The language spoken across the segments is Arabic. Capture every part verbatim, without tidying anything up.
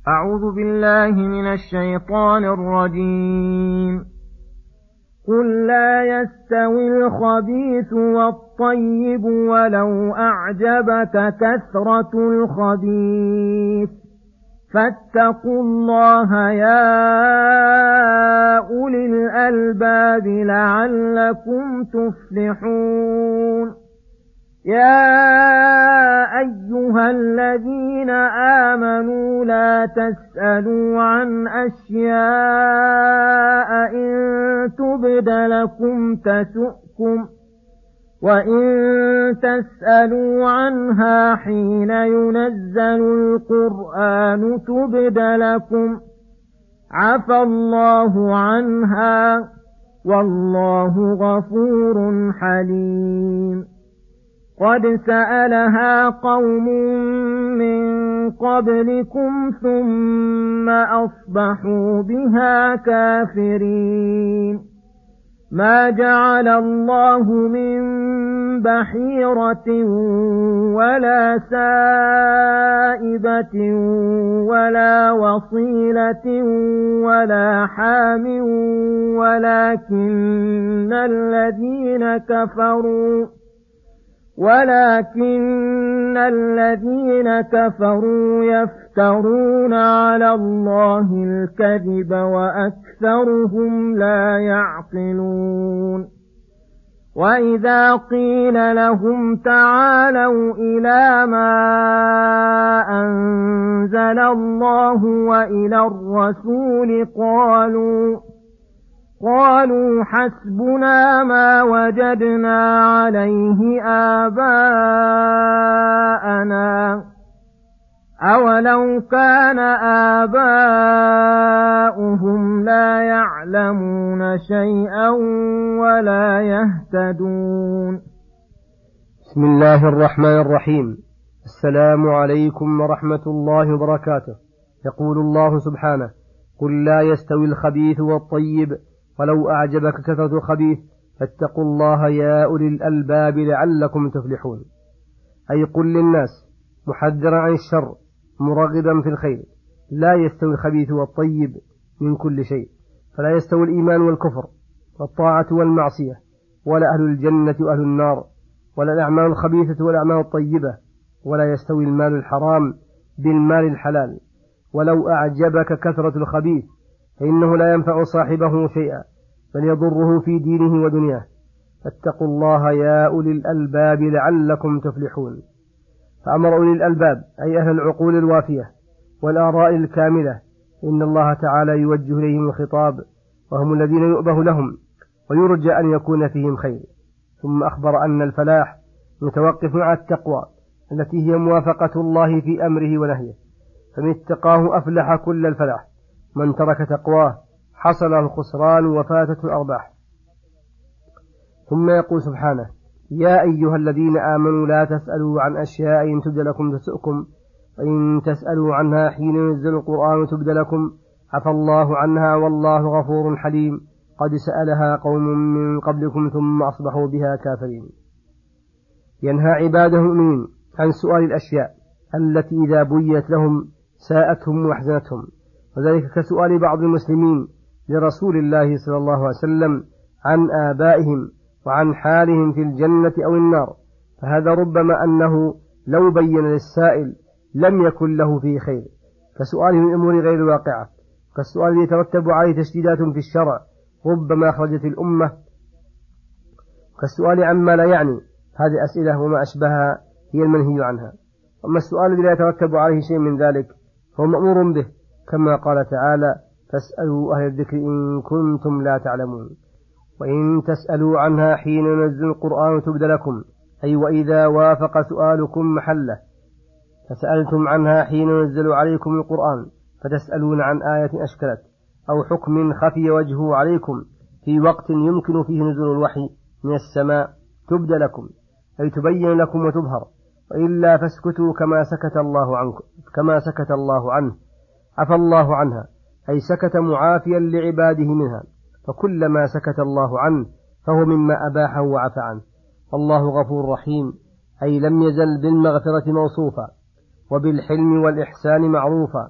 أعوذ بالله من الشيطان الرجيم. قل لا يستوي الخبيث والطيب ولو أعجبك كثرة الخبيث فاتقوا الله يا أولي الألباب لعلكم تفلحون. يا أيها الذين آمنوا لا تسألوا عن أشياء إن تبد لكم تسؤكم وإن تسألوا عنها حين ينزل القرآن تبد لكم عفى الله عنها والله غفور حليم. قد سألها قوم من قبلكم ثم أصبحوا بها كافرين. ما جعل الله من بحيرة ولا سائبة ولا وصيلة ولا حام ولكن الذين كفروا ولكن الذين كفروا يفترون على الله الكذب وأكثرهم لا يعقلون. وإذا قيل لهم تعالوا إلى ما أنزل الله وإلى الرسول قالوا قالوا حسبنا ما وجدنا عليه آباءنا أولو كان آباؤهم لا يعلمون شيئا ولا يهتدون. بسم الله الرحمن الرحيم. السلام عليكم ورحمة الله وبركاته. يقول الله سبحانه: قل لا يستوي الخبيث والطيب ولو أعجبك كثرة الخبيث فاتقوا الله يا أولي الألباب لعلكم تفلحون. أي قل للناس محذرا عن الشر مرغبا في الخير: لا يستوي الخبيث والطيب من كل شيء، فلا يستوي الإيمان والكفر والطاعة والمعصية، ولا أهل الجنة وأهل النار، ولا الأعمال الخبيثة والأعمال الطيبة، ولا يستوي المال الحرام بالمال الحلال. ولو أعجبك كثرة الخبيث فإنه لا ينفع صاحبه شيئا بل يضره في دينه ودنياه. فاتقوا الله يا أولي الألباب لعلكم تفلحون. فأمر أولي الألباب أي أهل العقول الوافية والآراء الكاملة إن الله تعالى يوجه إليهم الخطاب، وهم الذين يؤبه لهم ويرجى أن يكون فيهم خير. ثم أخبر أن الفلاح متوقف على التقوى التي هي موافقة الله في أمره ونهيه، فمن اتقاه أفلح كل الفلاح، من ترك تقواه حصل له الخسران وفاتته الأرباح. ثم يقول سبحانه: يا أيها الذين آمنوا لا تسألوا عن أشياء إن تبد لكم تسؤكم وإن تسألوا عنها حين ينزل القرآن تبد لكم عفى الله عنها والله غفور حليم. قد سألها قوم من قبلكم ثم أصبحوا بها كافرين. ينهى عباده المؤمنين عن سؤال الأشياء التي إذا بيت لهم ساءتهم وأحزنتهم، وذلك كسؤال بعض المسلمين لرسول الله صلى الله عليه وسلم عن آبائهم وعن حالهم في الجنة أو النار، فهذا ربما أنه لو بين للسائل لم يكن له فيه خير، كسؤاله من أمور غير واقعة، كالسؤال يترتب عليه تشديدات في الشرع ربما أخرجت الأمة، كالسؤال عما لا يعني. هذه أسئلة وما أشبهها هي المنهي عنها. أما السؤال الذي لا يترتب عليه شيء من ذلك فهو مأمور به، كما قال تعالى: فاسألوا أهل الذكر إن كنتم لا تعلمون. وإن تسألوا عنها حين ينزل القرآن تبد لكم، أي وإذا وافق سؤالكم محله، فسألتم عنها حين ينزل عليكم القرآن، فتسألون عن آية أشكلت أو حكم خفي وجهه عليكم في وقت يمكن فيه نزول الوحي من السماء تبد لكم، أي تبين لكم وتظهر، وإلا فاسكتوا كما سكت الله عنكم كما سكت الله عنه عفى الله عنها، أي سكت معافيا لعباده منها، فكلما سكت الله عنه فهو مما أباحه وعفى عنه. الله غفور رحيم، أي لم يزل بالمغفرة موصوفا وبالحلم والإحسان معروفا،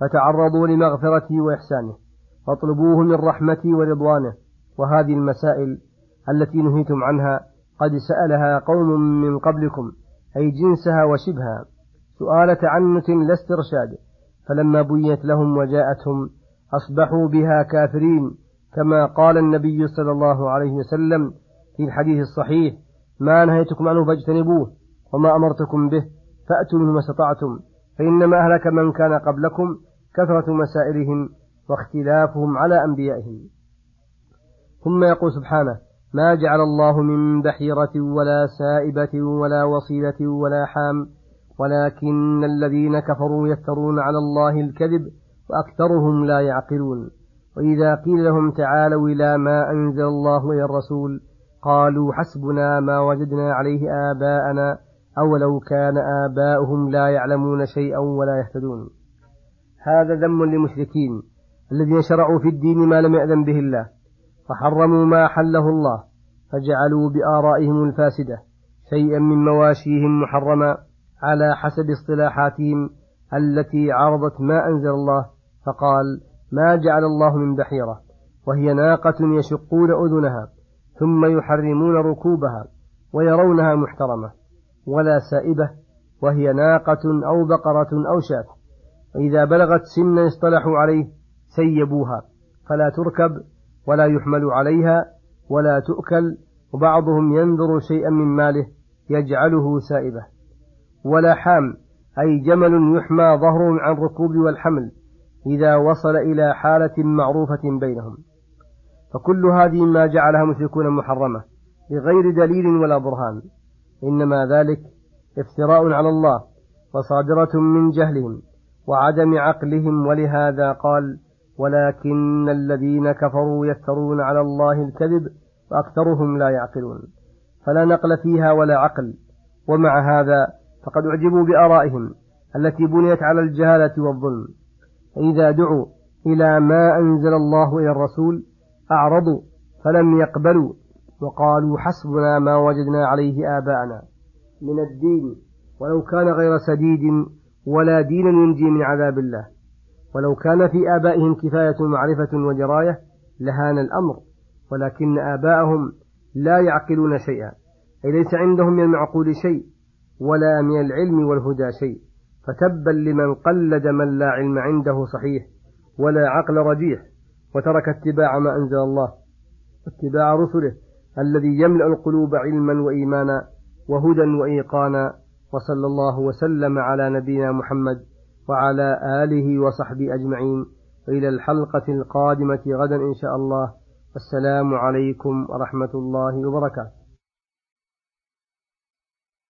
فتعرضوا لمغفرته وإحسانه، واطلبوه من رحمته ورضوانه. وهذه المسائل التي نهيتم عنها قد سألها قوم من قبلكم، أي جنسها وشبهها، سؤال تعنت لا استرشاد، فلما بينت لهم وجاءتهم أصبحوا بها كافرين، كما قال النبي صلى الله عليه وسلم في الحديث الصحيح: ما نهيتكم عنه فاجتنبوه، وما أمرتكم به فأتوا منه ما استطعتم، فإنما أهلك من كان قبلكم كثرة مسائلهم واختلافهم على أنبيائهم. ثم يقول سبحانه: ما جعل الله من بحيرة ولا سائبة ولا وصيلة ولا حام، ولكن الذين كفروا يفترون على الله الكذب وأكثرهم لا يعقلون. وإذا قيل لهم تعالوا إلى ما أنزل الله وإلى الرسول قالوا حسبنا ما وجدنا عليه آباءنا أولو كان آباؤهم لا يعلمون شيئا ولا يهتدون. هذا ذم للمشركين الذين شرعوا في الدين ما لم يأذن به الله، فحرموا ما حله الله، فجعلوا بآرائهم الفاسدة شيئا من مواشيهم محرما على حسب اصطلاحاتهم التي عرضت ما أنزل الله، فقال: ما جعل الله من بحيرة، وهي ناقة يشقون أذنها ثم يحرمون ركوبها ويرونها محترمة، ولا سائبة، وهي ناقة أو بقرة أو شاة، وإذا بلغت سنا اصطلحوا عليه سيبوها، فلا تركب ولا يحمل عليها ولا تؤكل، وبعضهم ينذر شيئا من ماله يجعله سائبة. ولا حام، أي جمل يحمى ظهره عن الركوب والحمل إذا وصل إلى حالة معروفة بينهم. فكل هذه ما جعلها مشركون محرمة بغير دليل ولا برهان، إنما ذلك افتراء على الله وصادرة من جهلهم وعدم عقلهم. ولهذا قال: ولكن الذين كفروا يفترون على الله الكذب وأكثرهم لا يعقلون. فلا نقل فيها ولا عقل. ومع هذا فقد أعجبوا بآرائهم التي بنيت على الجهالة والظلم، فإذا دعوا إلى ما أنزل الله إلى الرسول أعرضوا فلم يقبلوا، وقالوا حسبنا ما وجدنا عليه آباءنا من الدين، ولو كان غير سديد ولا دين ينجي من عذاب الله. ولو كان في آبائهم كفاية معرفة ودراية لهان الأمر، ولكن آباءهم لا يعقلون شيئا، أي ليس عندهم من المعقول شيء ولا من العلم والهدى شيء. فتبا لمن قلد من لا علم عنده صحيح ولا عقل رجيح، وترك اتباع ما أنزل الله اتباع رسله الذي يملأ القلوب علما وإيمانا وهدى وإيقانا. وصلى الله وسلم على نبينا محمد وعلى آله وصحبه أجمعين، وإلى الحلقة القادمة غدا إن شاء الله. السلام عليكم ورحمة الله وبركاته.